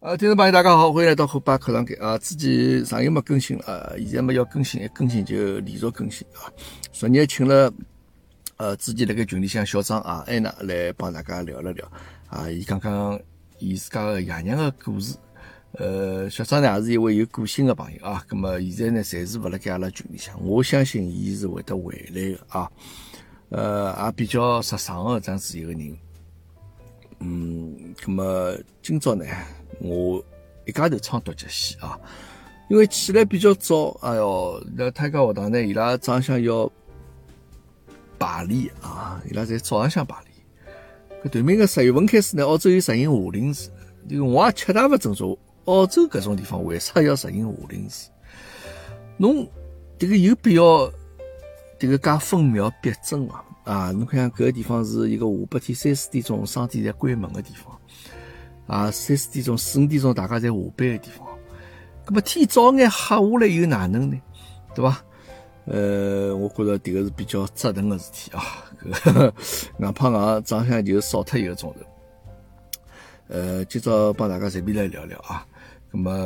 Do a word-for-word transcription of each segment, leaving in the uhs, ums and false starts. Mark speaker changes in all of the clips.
Speaker 1: 啊，听众朋友大家好，欢迎来到虎爸课堂间啊！之前上一没更新了啊，现在么要更新，一更新就连续更新啊。昨日请了呃之前那个群里向小张啊安娜来帮大家聊了聊啊，伊讲讲伊自家个爷娘个故事。呃，小张呢也是一位有个性的朋友啊，那么现在呢暂时勿辣盖阿拉群里向，我相信伊是会得回来的啊。呃，也比较直爽的这样子一个人。嗯，那么今朝呢，我一家头唱独角戏啊，因为起来比较早，哎哟，辣泰家学堂呢，伊拉早浪向要排练啊，伊拉在早浪向排练。搿对面个十月份开始呢，澳洲有实行夏令时，这个我也吃大勿清楚，澳洲搿种地方为啥要实行夏令时？侬这个有必要这个介分秒必争伐？啊，侬看搿个地方是一个下半天三四点钟商店侪关门个地方，啊，三四点钟、四五点钟大家侪下班个地方，葛么天早眼黑下来又哪能呢？对伐？呃，我觉着迭个是比较折腾个事体啊，搿硬胖硬早向就少脱一个钟头。呃，今朝帮大家随便来聊聊啊，葛么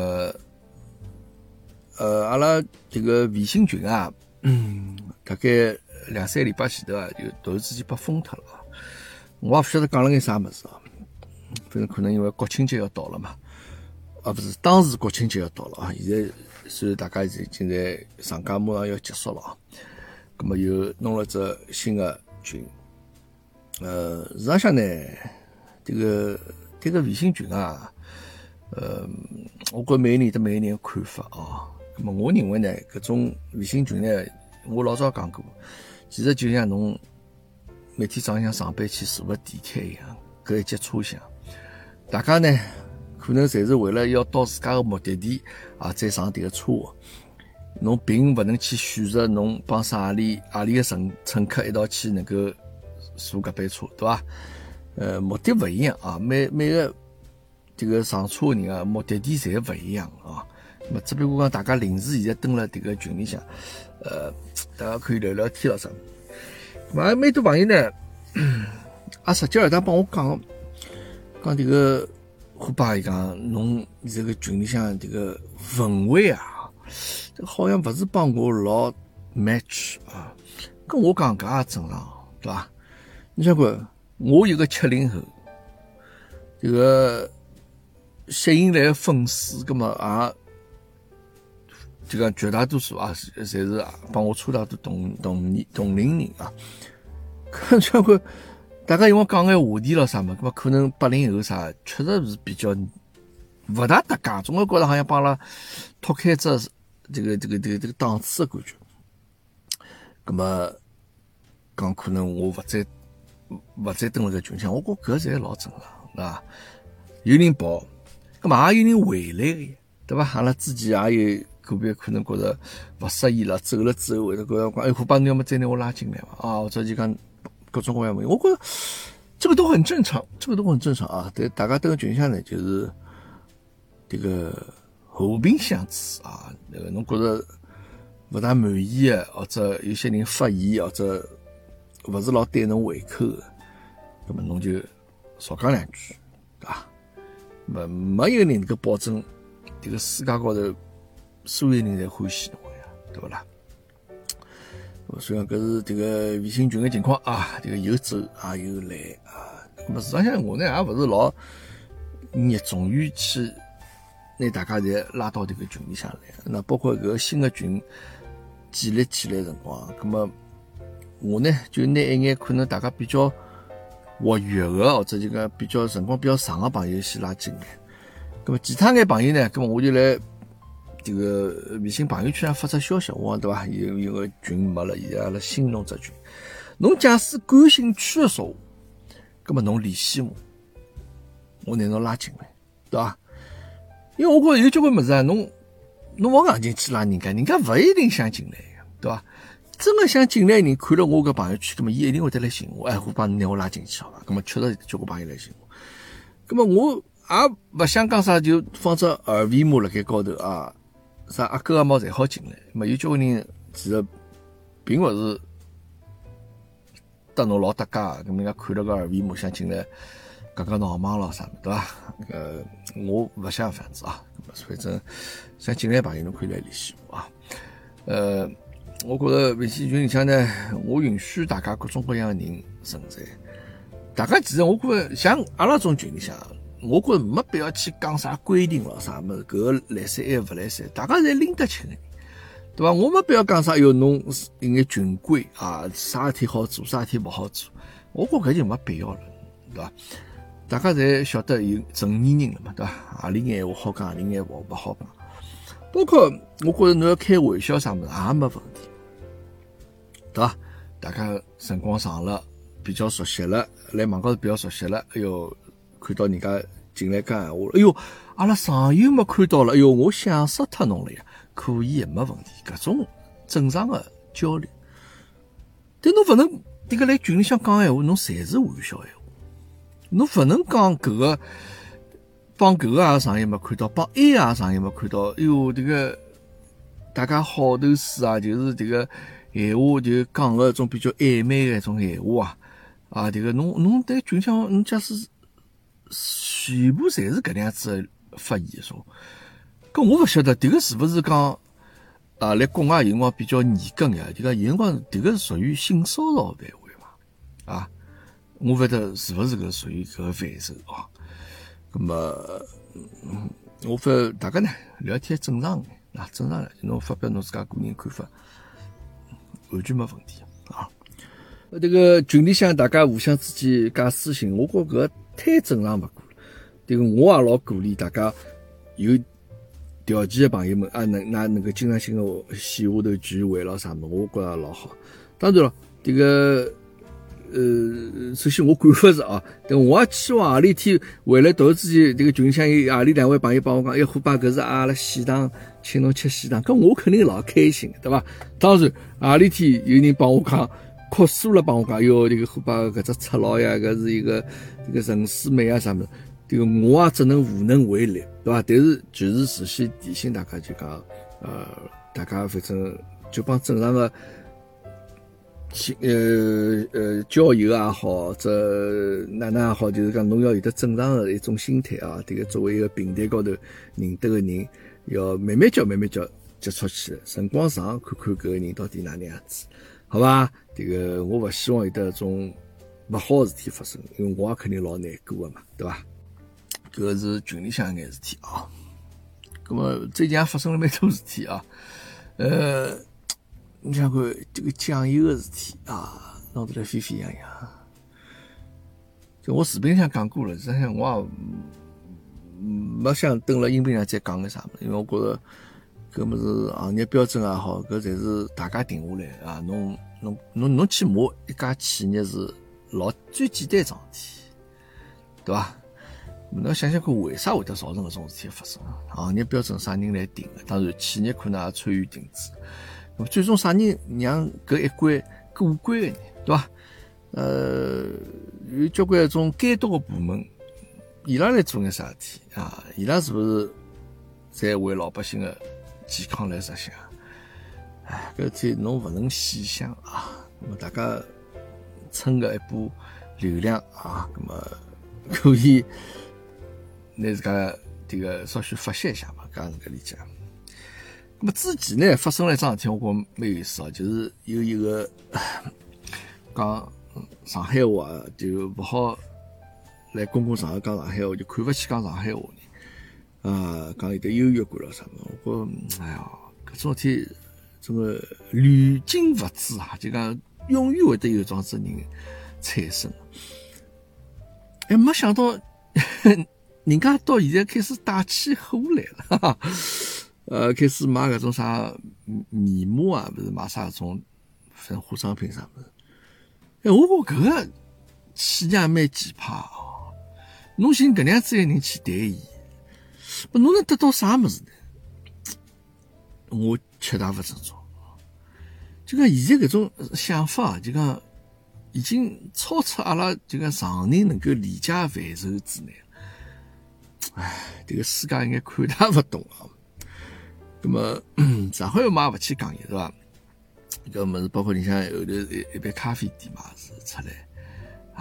Speaker 1: 呃，阿拉这个微信群啊，嗯，大概两三个礼拜前头啊，就突然之间被封脱了啊！我也勿晓得讲了眼啥物事啊，反正可能因为国庆节要到了嘛，啊，不是，当时国庆节要到了啊，现在虽然大家已经在长假马上要结束了啊，那么又弄了只新的群，呃，实际上呢，这个这个微信群啊，呃，我觉每个人都每个人的看法啊，那么我认为呢，搿种微信群呢，我老早讲过。其实就像侬每天早上上班去坐个地铁一样，搿一节车厢，大家呢可能侪是为了要到自家个目的地啊，再上迭个车。侬并勿能去选择侬帮啥何里何里个乘乘客一道去能够坐搿班车，对伐？呃，目的勿一样啊，每每个这个上车个人啊，目的地侪勿一样啊。那么只不过讲大家临时现在登了迭个群里向，呃，大家可以聊聊天了啥。嘛，还蛮多朋友呢，啊，实际后头帮我讲，讲迭个虎爸伊讲，侬这个群里向迭个氛围啊，这个好像勿是帮我老 match 啊。跟我讲搿也正常，对伐？你想看，我有个七零后，这个吸引来的粉丝，葛么也。就讲绝大多数啊，侪是帮我差大多同同年同龄人啊。看像看，大家因为讲眼话题了啥嘛，咁可能八零后啥，确实是比较勿大搭界，总归觉得好像帮阿拉脱开只这个这个这个这个档次的感觉。咁么讲可能我勿再勿再登了个群像，我觉搿侪老正常啊。有人跑，咁嘛也有人回来个，对伐？阿拉之前也有。个别可能觉得勿适意了，走了之后会得觉得讲，哎，虎爸，你要么再拿我拉进来嘛？啊，或者就讲各种各样问题，我觉得这个都很正常，这个都很正常啊。对，大家登群下呢，就是这个和平相处啊。那个侬觉得勿大满意的，或者有些人发言或者勿是老对侬胃口的，那么侬就少讲两句，对吧？没没一个人能够保证这个世界高头。所有人侪欢喜侬呀，对不啦？所以讲搿是这个微信群的情况啊，这个有走也有来啊。那么实际上我呢也勿是老热衷于去拿大家侪拉到这个群里向来。那包括搿个新的群建立起来的辰光，那么我呢就拿一眼可能大家比较活跃的或者就讲比较辰光比较长的朋友先拉进来。那么其他眼朋友呢，那么我就来。这个微信朋友圈上发出消息，我对伐？有有个群没了，现在阿拉新弄只群。侬假使感兴趣的说，葛么侬联系我，我拿侬拉进来，对伐？因为我觉着有交关物事啊，侬侬勿硬进去拉人家，人家勿一定想进来个，对伐？真个想进来人看了我个朋友圈，葛么伊一定会得来寻我，哎，虎爸，你拿我拉进去好伐？葛么确实交关朋友来寻我，葛么我也勿想讲啥，就放只二维码辣盖高头啊。啥阿狗阿猫侪好进来，嘛有交关人其实并勿是搭侬老搭界，咁人家看了个二维码想进来讲讲闹忙咯啥么，对伐？呃，我勿想搿样子啊，反正想进来朋友侬可以来联系我啊。呃，我觉着微信群里向呢，我允许大家各种各样的人存在。大家其实我觉着像阿拉种群里向，我觉着没必要去讲啥规定咯啥么，搿个来三，埃个勿来三，大家侪拎得清个人。对伐？我没必要讲啥，哟，侬有眼群规啊，啥事体好做，啥事体勿好做。我觉搿就没必要了，对伐？大家侪晓得有成年人了嘛，对伐？何里眼话好讲，何里眼话勿好讲。包括我觉着侬要开玩笑啥物事也没问题，对伐？大家辰光长了，比较熟悉了，来网高头比较熟悉了，哎哟，看到人家进来讲闲话了，哎哟，阿拉上游没看到了，哎哟，我想死脱侬了呀！可以，没问题，搿种正常的交流。但侬勿能迭个来群里向讲闲话，侬侪是玩笑闲话。侬勿能讲搿个帮搿个也上游没看到，帮 A 也上游没看到。哎哟，迭个大家好头势啊，就是迭个闲话就讲个种比较暧昧个一种闲话啊，啊，迭个侬侬在群上，侬假使全部侪是搿能样子发言说。搿我勿晓得，迭个是勿是讲啊？来国外有辰光比较严格呀？就讲有辰光迭个是属于性骚扰范围嘛？啊，我勿晓得是勿是搿属于搿个范畴啊？咁么，嗯，我发大家呢聊天正常眼，啊，正常的，侬发表侬自家个人看法，完全没问题啊。迭个群里向大家互相之间加私信，我觉搿个太正常勿过了。迭个我也老鼓励大家有条件的朋友们啊，能那能够经常性的线下头聚会咯啥么，我觉着老好。当然了，这个呃，首先我看法是啊，但我也期望何里天回来突然之间，这个群里向有何里两位朋友帮我讲，哎，虎爸搿是阿拉喜糖，请侬吃喜糖，搿我肯定老开心，对伐？当然何里天有人帮我讲，哭诉了帮我讲，哟，这个虎爸搿只赤佬呀，搿是一个这个陈世美啊啥么？这个我也只能无能为力，对吧？但是就是事先提醒大家，就讲，呃，大家反正就帮正常的，呃呃交友也好，这哪能也好，就是讲侬要有得正常的一种心态啊。这个作为一个平台高头认得个人，要慢慢交，慢慢交接触起来，辰光长，看看搿个人到底哪能样子，好吧？这个我勿希望有得一种勿好的事体发生，因为我也肯定老难过的嘛，对吧？搿个是群里向一眼事体啊，咁么最近也发生了蛮多事体啊，呃，你想看这个酱油的事体啊，闹得来沸沸扬扬。就我视频上讲过了，实际上我也没想登了音频上再讲个啥么，因为我觉着搿么是行业标准也好，搿侪是大家定下来啊，侬侬侬侬去骂一家企业是老最简单桩事体，对伐？侬想想看，为啥会得造成搿种事体发生？行业标准啥人来定的？当然，企业可能也参与定制。那么最终啥人让搿一关过关的呢？对伐？呃，有交关一种监督的部门，伊拉来做眼啥事体啊？伊拉是不是在为老百姓的健康来着想？哎，搿事体侬勿能细想啊。那么大家蹭个一波流量啊，那么可以。拿自家这个稍许发泄一下嘛，搿样子个理解。那么之前呢，发生了一桩事体，我觉蛮有意思啊，就是有一个讲上海话就勿好来公共场合讲上海话，就看勿起讲上海话呢。啊，讲有得优越感了啥么？我觉，哎呀，搿种事体这个屡禁勿止啊，就讲永远会得有这样子人产生。哎，没想到。人家到现在开始带起货来了，哈哈，呃，开始卖搿种啥面膜啊，不是卖啥种反正化妆品啥物事。哎，我觉搿个企业蛮奇葩哦。侬寻搿能样子个人去谈伊，不侬能得到啥物事呢？我确实勿清楚。就讲现在搿种想法，就讲已经超出阿拉就讲常人能够理解范畴之内。唉，这个世界应该看他勿懂啊。那么上海话嘛勿去讲伊是伐？搿物事包括里向后头一一杯咖啡店嘛是出来，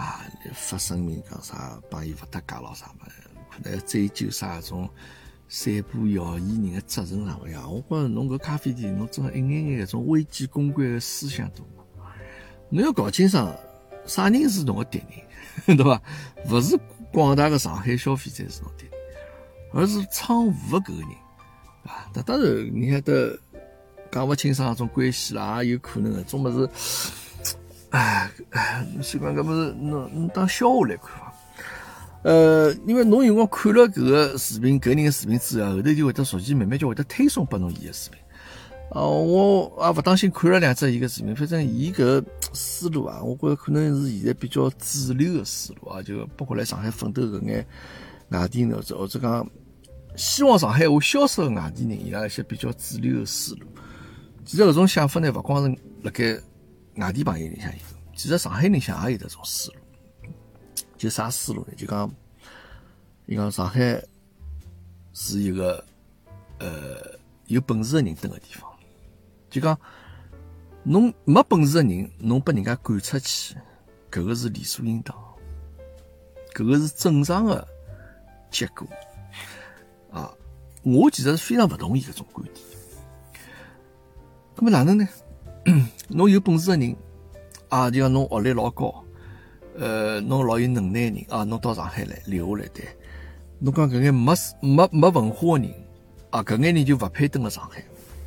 Speaker 1: 啊发声明讲啥帮伊勿搭界咯啥么，可能追究啥种散布谣言人的责任啥么呀？我觉着侬搿咖啡店侬真个一眼眼搿种危机公关的思想多，侬要搞清爽啥人是侬的敌人，对伐？勿是广大的上海消费者是侬敌人，而是仓储的搿个人，对伐？那当然你晓得讲勿清爽搿种关系啦，也有可能搿种物事。哎，所以讲搿么是侬侬当笑话来看伐？呃，因为侬有辰光看了搿个视频，搿人个视频之后，后头就会得逐渐慢慢就会得推送拨侬伊个视频。哦、呃，我也勿当心看了两只伊个视频，反正伊搿个思路啊，我觉着可能是现在比较主流个思路啊，就包括来上海奋斗搿眼外地人或者或者讲希望上海话消失个外地人，伊拉一些比较主流个思路。其实搿种想法呢，勿光是辣盖外地朋友里向有，其实上海人向也有得种思路。就啥思路呢？就讲，伊讲上海是一个呃有本事的人蹲个地方。就讲，侬没本事的人，侬把人家赶出去，搿个是理所应当，搿个是正常的结果。啊，我其实是非常勿同意搿种观点。那么哪能呢？侬有本事的人啊，就讲侬学历老高，呃，侬老有能耐的人啊，侬到上海来留下来对。侬讲搿眼没没没文化的人啊，搿眼人就勿配登了上海。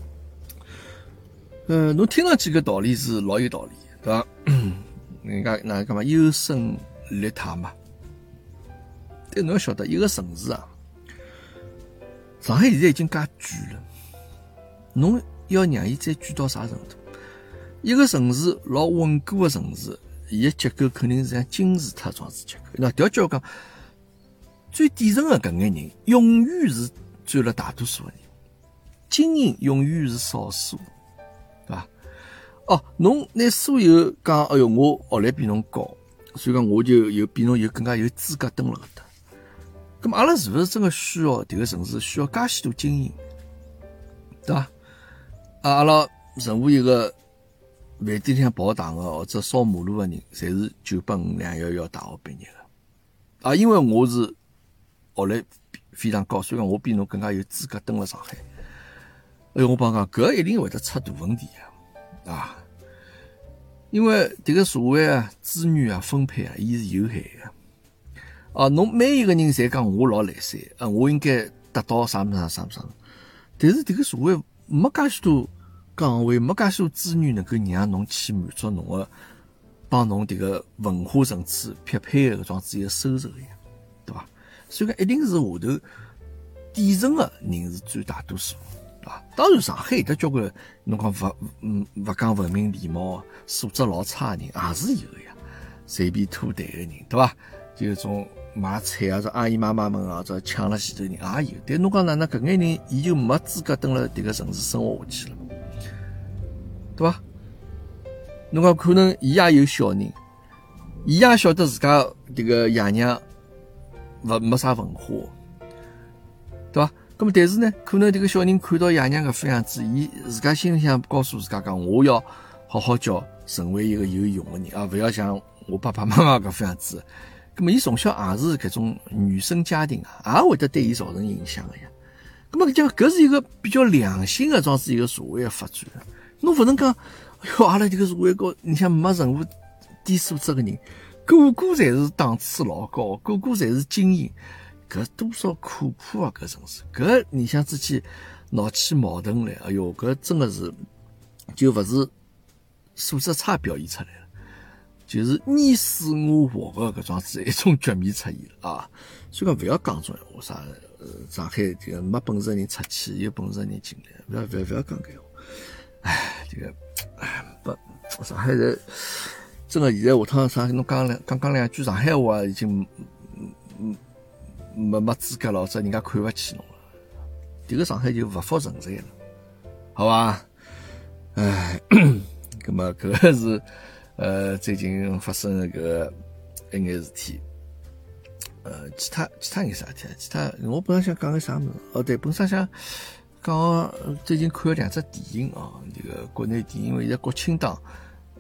Speaker 1: 呃，侬听上去搿道理是老有道理，对伐？人家哪能讲嘛，优胜劣汰嘛。但侬要晓得，一个城市啊，上海现在已经介卷了，侬要让伊再卷到啥程度？一个城市老稳固的城市，伊个结构肯定是像金字塔状子结构。那调句讲，最底层的搿眼人，永远是占了大多数的人，精英永远是少数，对伐？哦，侬拿所有讲，哎哟，我学历比侬高，所以讲我就有比侬有更加有资格登了搿搭。咁阿拉是勿是真的需要迭个城市需要介许多精英，对伐？啊，阿拉任何一个饭店里向跑堂的或者扫马路的人，侪是九八五两幺幺大学毕业的。啊，因为我是学历非常高，所以讲我比侬更加有资格登了上海。哎哟，我帮讲，搿一定会得出大问题啊！啊，因为迭个社会啊，资源啊分配啊，伊是有限的。啊，侬每一个人侪讲我老来三，啊，我应该得到啥么啥啥么啥么，但是迭个社会没介许多岗位，没介许多资源能够让侬去满足侬个帮侬迭个文化层次匹配的搿种子一个收入个呀，对伐？所以讲一定是下头底层个人是占大多数，对伐？当然上海有得交关侬讲勿嗯勿讲文明礼貌、素质老差的人也是有个呀，随便吐痰个人，对伐？就种买菜啊，这阿姨妈妈们啊，这抢了前头人也有。但侬讲哪能搿眼人，伊就没资格蹲辣迭个城市生活下去了，对伐？侬讲可能伊也有小人，伊也晓得自家迭个爷娘勿没啥文化，对伐？咁么但是呢，可能迭个小人看到爷娘搿副样子，伊自家心里向告诉自家讲，我要好好教，成为一个有用的人啊，勿要像我爸爸妈妈搿副样子。咁么，伊从小也是搿种原生家庭啊，也会得对伊造成影响个呀。咁么讲，搿是一个比较良性的装是一个社会的发展。侬勿能讲，哎哟，阿拉这个社会高，你像没任何低素质个人，个个侪是档次老高，个个侪是精英，搿多少可怕啊！搿城市，搿你像之间闹起矛盾来，哎哟，搿真的是就勿是素质差表现出来了。就是你死我活的搿种子一种局面出现了啊！所以讲勿要讲种闲话啥，呃，上海这个没本事的人出去，有本事的人进来，勿要勿要勿要讲搿闲话。唉，这个唉不，上海人真的现在下趟啥，侬讲两讲讲两句上海话已经嗯没没资格了，或者人家看勿起侬了，迭个上海就勿复存在了，好吧？唉，葛么搿个是。呃，最近发生的搿个一眼事体，呃，其他其他眼啥事体？其他我本来想讲个啥物事？哦，对，本身想讲最近看了两只电影啊，这个国内电影，因为现在国庆档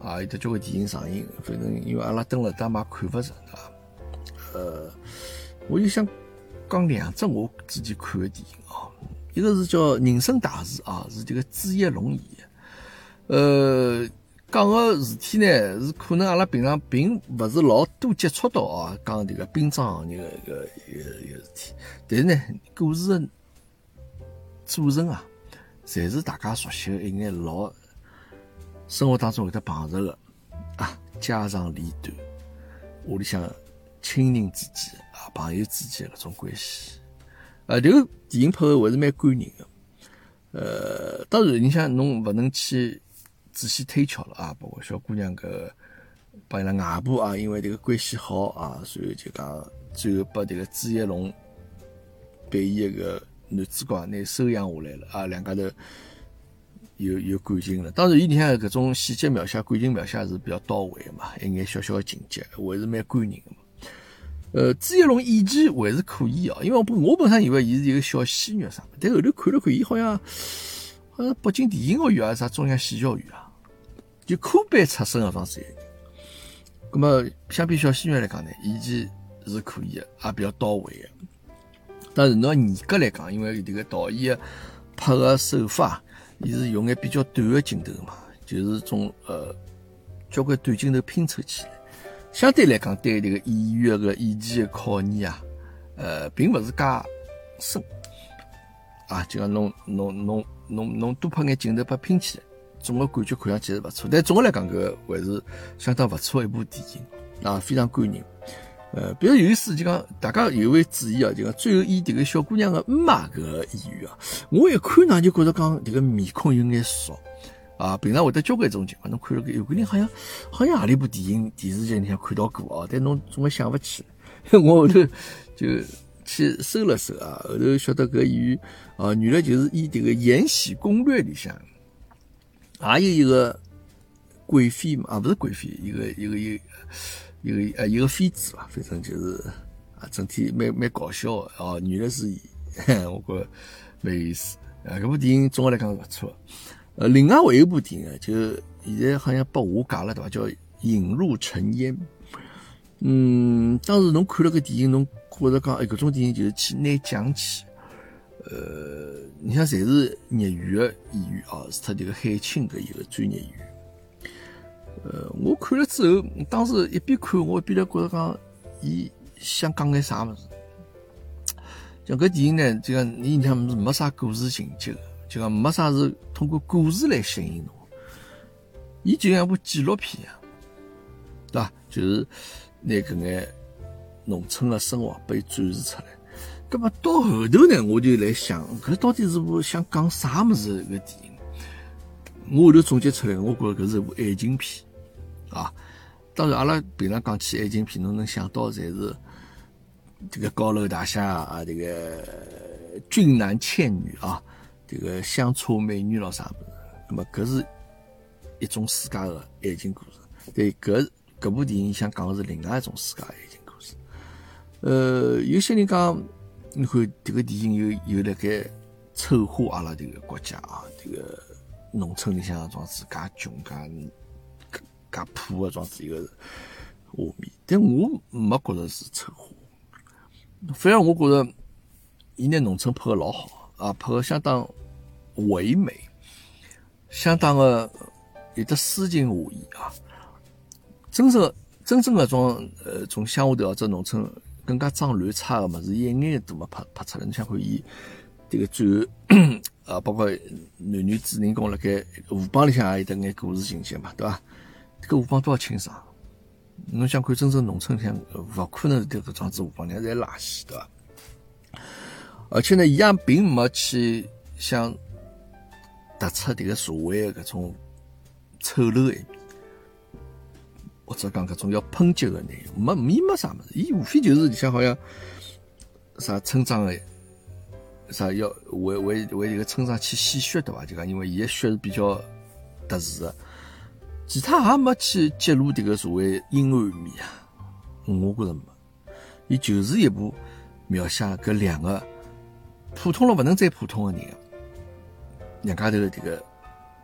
Speaker 1: 啊，有得交关电影上映，反正因为阿拉蹲辣搭嘛看勿着啊。呃，我就想讲两只我之前看的电影啊，一个是叫《人生大事》啊，是这个朱一龙演的。呃，讲个事体呢，是可能阿拉平常并勿是老多接触到啊，讲这个殡葬行业的一个一个一个事体，但是呢，故事的组成啊，侪是大家熟悉的一眼老生活当中会得碰着的啊，家长里短，屋里向亲人之间啊，朋友之间的搿种关系，啊，这个电影拍的还是蛮感人的。呃，当然，你想侬勿能去仔细推敲了啊，包括小姑娘搿帮伊拉外婆啊，因为这个关系好啊，所以就讲最后把这个朱一龙扮演一个男主角拿收养下来了啊，两家头有有感情了。当然，伊里向搿种细节描写、感情描写是比较到位的嘛，一眼小小的情节还是蛮感人的嘛。呃，朱一龙演技还是可以啊，因为我本我本身以为伊是一个小鲜肉啥，但后头看了看，伊好像好像北京电影学院啊，啥中央戏剧学院啊，就科班出身的方式。那么相比小鲜肉来讲呢，演技是可以的，也比较到位的。但是侬严格来讲，因为这个导演拍的手法，伊是用眼比较短的镜头嘛，就是种呃交关短镜头拼凑起来。相对来讲，对这个演员的演技的考验啊，呃，并不是介深啊。就讲侬侬侬侬侬多拍眼镜头把拼起来，总个感觉看上去是不错。但总的来讲，搿还是相当不错一部电影啊，非常感人。呃，比较有意思，就讲大家有位注意啊，就讲最后演这个小姑娘的妈搿个演员啊，我一看呢就觉得讲这个面孔有眼熟。啊，平常会得交关一种情况，侬看了个有个人好像好像何里部电影电视剧里向看到过哦，但侬总归想勿起来。我后头就去搜了搜啊，后头晓得搿演员啊，原来就是演这个《延禧攻略》里向，也有一个贵妃嘛，啊不是贵妃，一个一个一个一个呃一个妃子吧，反正就是啊整体蛮蛮搞笑的哦，原来是伊，我觉着蛮有意思啊。搿部电影总的来讲是勿错。呃，另外还有一部电影，就现在好像被下架了，对吧？叫《引入尘烟》。嗯，当时侬看了个电影，侬觉着讲，哎，搿种电影就是去拿奖去。呃，你像侪是业余的演员啊，是他这个海清搿一个专业演员。呃，我看了之后，当时一边看，我一边来觉着讲，伊想讲眼啥物事。像搿电影呢，就讲伊里向没啥故事情节的。就讲没啥是通过故事来吸引侬，伊就像一部纪录片一样，对吧？就是拿搿眼农村的生活被展示出来。葛么到后头呢，我就来想，搿到底是部想讲啥物事个电影？我后头总结出来，我觉着搿是一部爱情片啊。当然，阿拉平常讲起爱情片，侬能想到侪是这个高楼大厦啊，这个俊男倩女啊。这个香车美女咯啥物事，那么搿是一种世界的爱情故事。对，搿搿部电影想讲的是另外一种世界的爱情故事。呃，有些人讲，你看这个电影有有辣盖丑化阿拉这个国家啊，这个农村里向状子介穷介介破的状子一个画面，但我没觉得是丑化，反而我觉得伊拿农村拍得老好。啊，拍得相当唯美，相当的有得诗情画意啊！真正真正的种呃从乡下头或者农村更加脏乱差的物事，一眼都没拍拍出来。你想看伊这个最后啊，包括男女主人公辣盖河浜里向也有得眼故事情节嘛，对吧？这个河浜多少清爽！侬想看真正农村里向，勿可能这个庄子河浜里向侪垃圾，对吧？而且呢，伊也并没去想突出这个社会的搿种丑陋一面，或者讲搿种要抨击的内容，没伊没啥物事，伊无非就是里向好像啥村长的啥要为为为这个村长去献血，对伐？就讲因为伊的血是比较特殊的，其他也没去揭露这个社会阴暗面啊。我觉着没，伊就是一部描写搿两个。普通了不能再普通的人，两家头的这个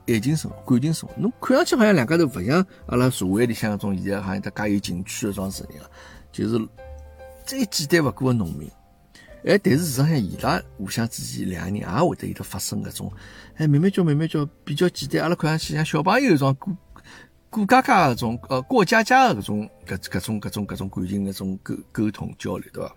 Speaker 1: 爱情生活、感情生活。侬看上去好像两家头勿像阿拉社会里向搿种现在好像大家有情趣搿桩事情啊，就是再简单勿过个农民。哎，但是事实上伊拉互相之间两个人也会得有得发生搿种，哎，慢慢叫慢慢叫比较简单。阿拉看上去像小朋友搿种过过家家搿种呃过家家搿种搿搿种搿种搿种感情搿种沟沟通交流，对伐？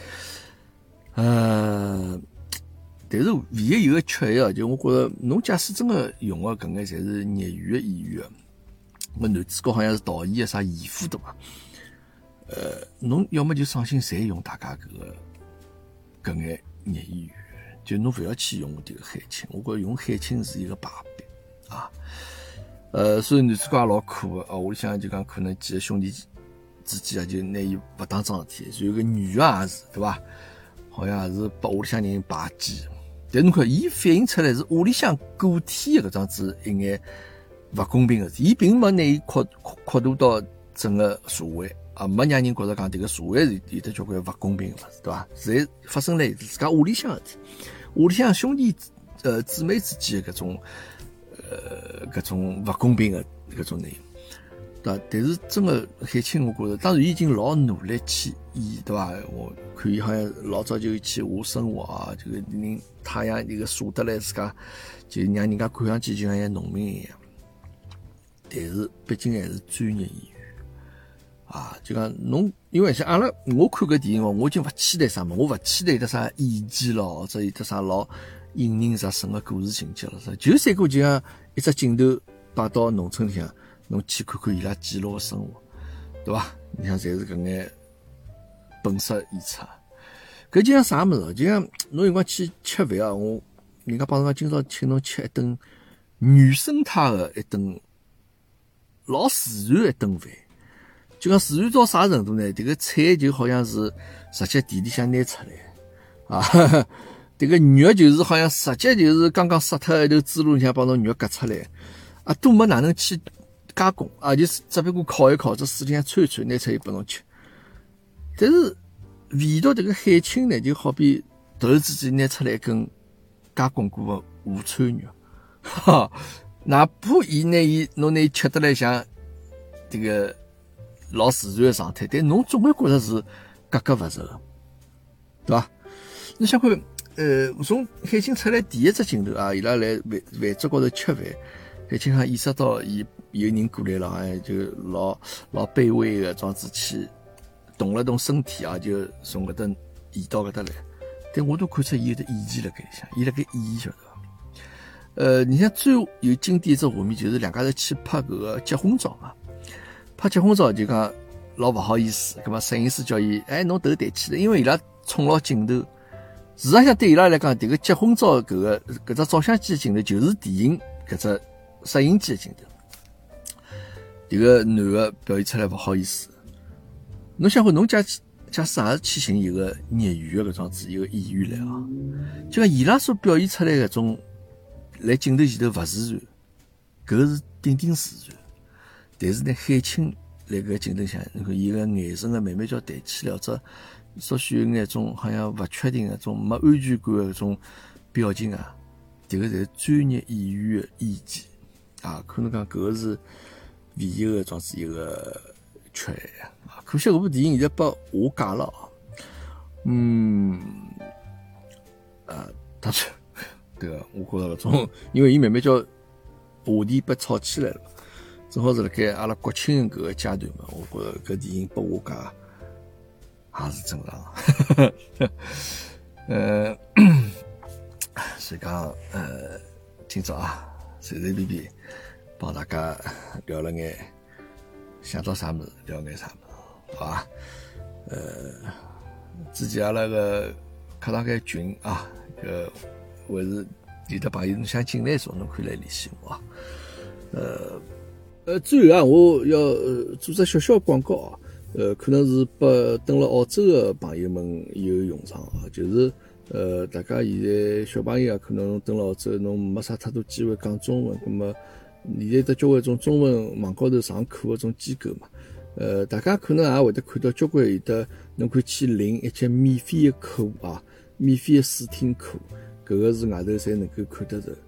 Speaker 1: 呃，但是唯一有个缺陷啊，就我觉着侬假使真个用个搿眼侪是业余个演员啊，我男主角好像是导演个啥义父对伐？呃，侬要么就伤心侪用大家搿个。搿眼业演员，就侬勿要去用迭个海清，我觉着用海清是一个败笔啊。呃，所以男主角也老苦个，哦，屋里向就讲可能几个兄弟之间啊，就拿伊勿当桩事体，然后个女个也是，对伐？好像也是把屋里向人排挤。但侬看，伊反映出来是屋里向个体个搿桩子一眼勿公平个事，伊并没拿伊扩扩大到整个社会。啊，没让人觉着讲迭个社会是有得交关勿公平个物事，对伐？侪发生在自家屋里向个事体，屋里向兄弟呃姊妹之间的搿种呃搿种勿公平个搿种内容，对伐？但是真个海清，我觉着当然伊已经老努力去演，对伐？我看伊好像老早就去学生活啊，这个人太阳一个舍得来自家，就让人家看上去就像一个农民一样，但是毕竟还是专业演员。啊，就讲侬，因为像阿拉，我看搿电影哦，我已经勿期待啥么，我勿期待有得啥演技咯，或者有得啥老引人入胜个故事情节了，就三个就像一只镜头摆到农村里向，侬去看看伊拉记录个生活，对伐？你像侪是搿眼本色演出，搿就像啥物事？就像侬有辰光去吃饭啊，我人家帮侬讲今朝请侬吃一顿原生态个一顿老自然一顿饭。就讲自然到啥程度呢？这个菜就好像是直接地里向拿出来啊，这个肉就是好像直接就是刚刚杀脱一头猪肉里向帮侬肉割出来啊，都没哪能去加工啊，就是只不过烤一烤，这水里向汆一汆，拿出来拨侬吃。但是味道这个海清呢，就好比突然之间拿出来一根加工过的午餐肉，哈，哪怕伊拿伊侬拿伊吃得来像这个。老自然的状态，但侬总归觉着是格格勿入的，对伐？侬想看，呃，从海清出来第一只镜头啊，伊拉来饭饭桌高头吃饭，海清还意识到伊有人过来了，哎，就老老卑微的状子去动了动身体啊，就从搿搭移到搿搭来。但我都看出伊有得演技辣盖里向，伊辣盖演，晓得伐？呃，你像最有经典一只画面就是两家头去拍搿个结婚照嘛。拍结婚照就讲老勿好意思，搿么摄影师叫伊，哎，侬头抬起来，因为伊拉冲牢镜头。事实上对伊拉来讲，迭个结婚照搿个搿只照相机的镜头就是电影搿只摄影机的镜头。迭个男个表现出来勿好意思，侬想看侬假假使也是去寻一个业余的搿种子一个演员来啊，就讲伊拉所表现出来搿种辣镜头前头勿自然，搿是顶顶自然。但是呢，海清辣搿镜头下，侬看伊个眼神个慢慢叫抬起来，或者稍许有眼种好像勿确定个种没安全感个种表情啊，迭个侪是专业演员个演技啊。可能讲搿个是唯一个装是一个缺陷啊。可惜搿部电影现在被下架了啊。嗯，啊，当然，对个，我觉着搿种，因为伊慢慢叫话题被炒起来了。正好是辣盖阿拉国庆搿个阶段嘛，我觉着搿电影拨我讲也是正常。呃，所以讲呃，今朝啊，随随便便帮大家聊了眼，想到啥物事聊眼啥物事，好伐？呃，之前阿拉个客堂间群啊，搿还是有的朋友侬想进来说，侬可以来联系我啊。呃。呃，最后啊，我要呃做只小小广告啊，呃，可能是拨登了澳洲的朋友们有用场啊，就是呃，大家现在小朋友啊，可能登了澳洲，侬没啥太多机会讲中文，那么现在得交关种中文网高头上课的种机构嘛，呃，大家可能也会得看到交关有的，侬可以去领一节免费的课啊，免费的试听课，搿个是外头侪能够看得着。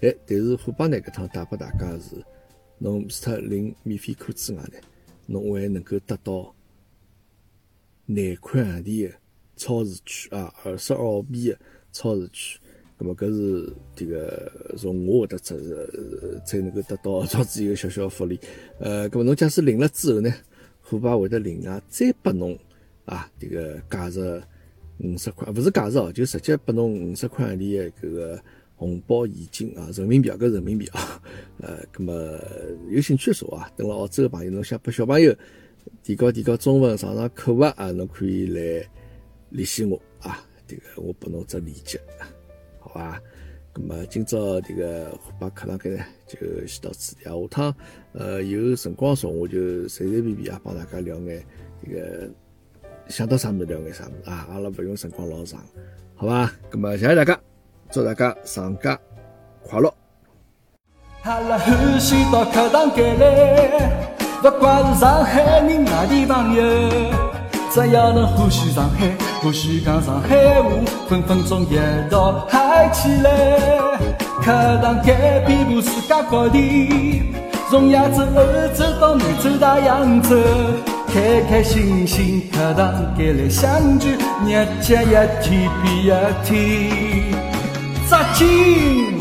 Speaker 1: 哎，但是虎爸呢搿趟带拨大家是，侬除脱领免费课之外呢，侬还能够得到廿块洋钿的超市券啊，二十澳币的超市券。咁么搿是这个从我会得才才能够得到超子一个小小福利。呃，咁么侬假使领了之后呢，虎爸会得另外再拨侬啊，这个价值五十块，勿是价值哦，就直接拨侬五十块洋钿的搿个红包现金啊，人民币啊，搿人民币啊。呃，咁么有兴趣的说啊，等了澳洲的朋友，侬想拨小朋友提高提高中文，上上课啊，啊，侬可以来联系我啊，这个我拨侬只链接。好吧，那么今朝这个虎爸课堂间呢，就先到此地啊。下趟呃有辰光说，我就随随便便啊帮大家聊眼这个想到啥么聊眼啥么啊，阿拉不用辰光老长，好吧？那么谢谢大家，祝大家长假快乐。
Speaker 2: 阿拉欢喜到课堂间来，不管是上海人外地朋友，只要能欢喜上海，欢喜讲上海话，分分钟一道嗨起来。课堂间遍布世界各地，从亚洲、欧洲到南洲、大洋洲，开开心心课堂间来相聚，日节一天比一天扎劲。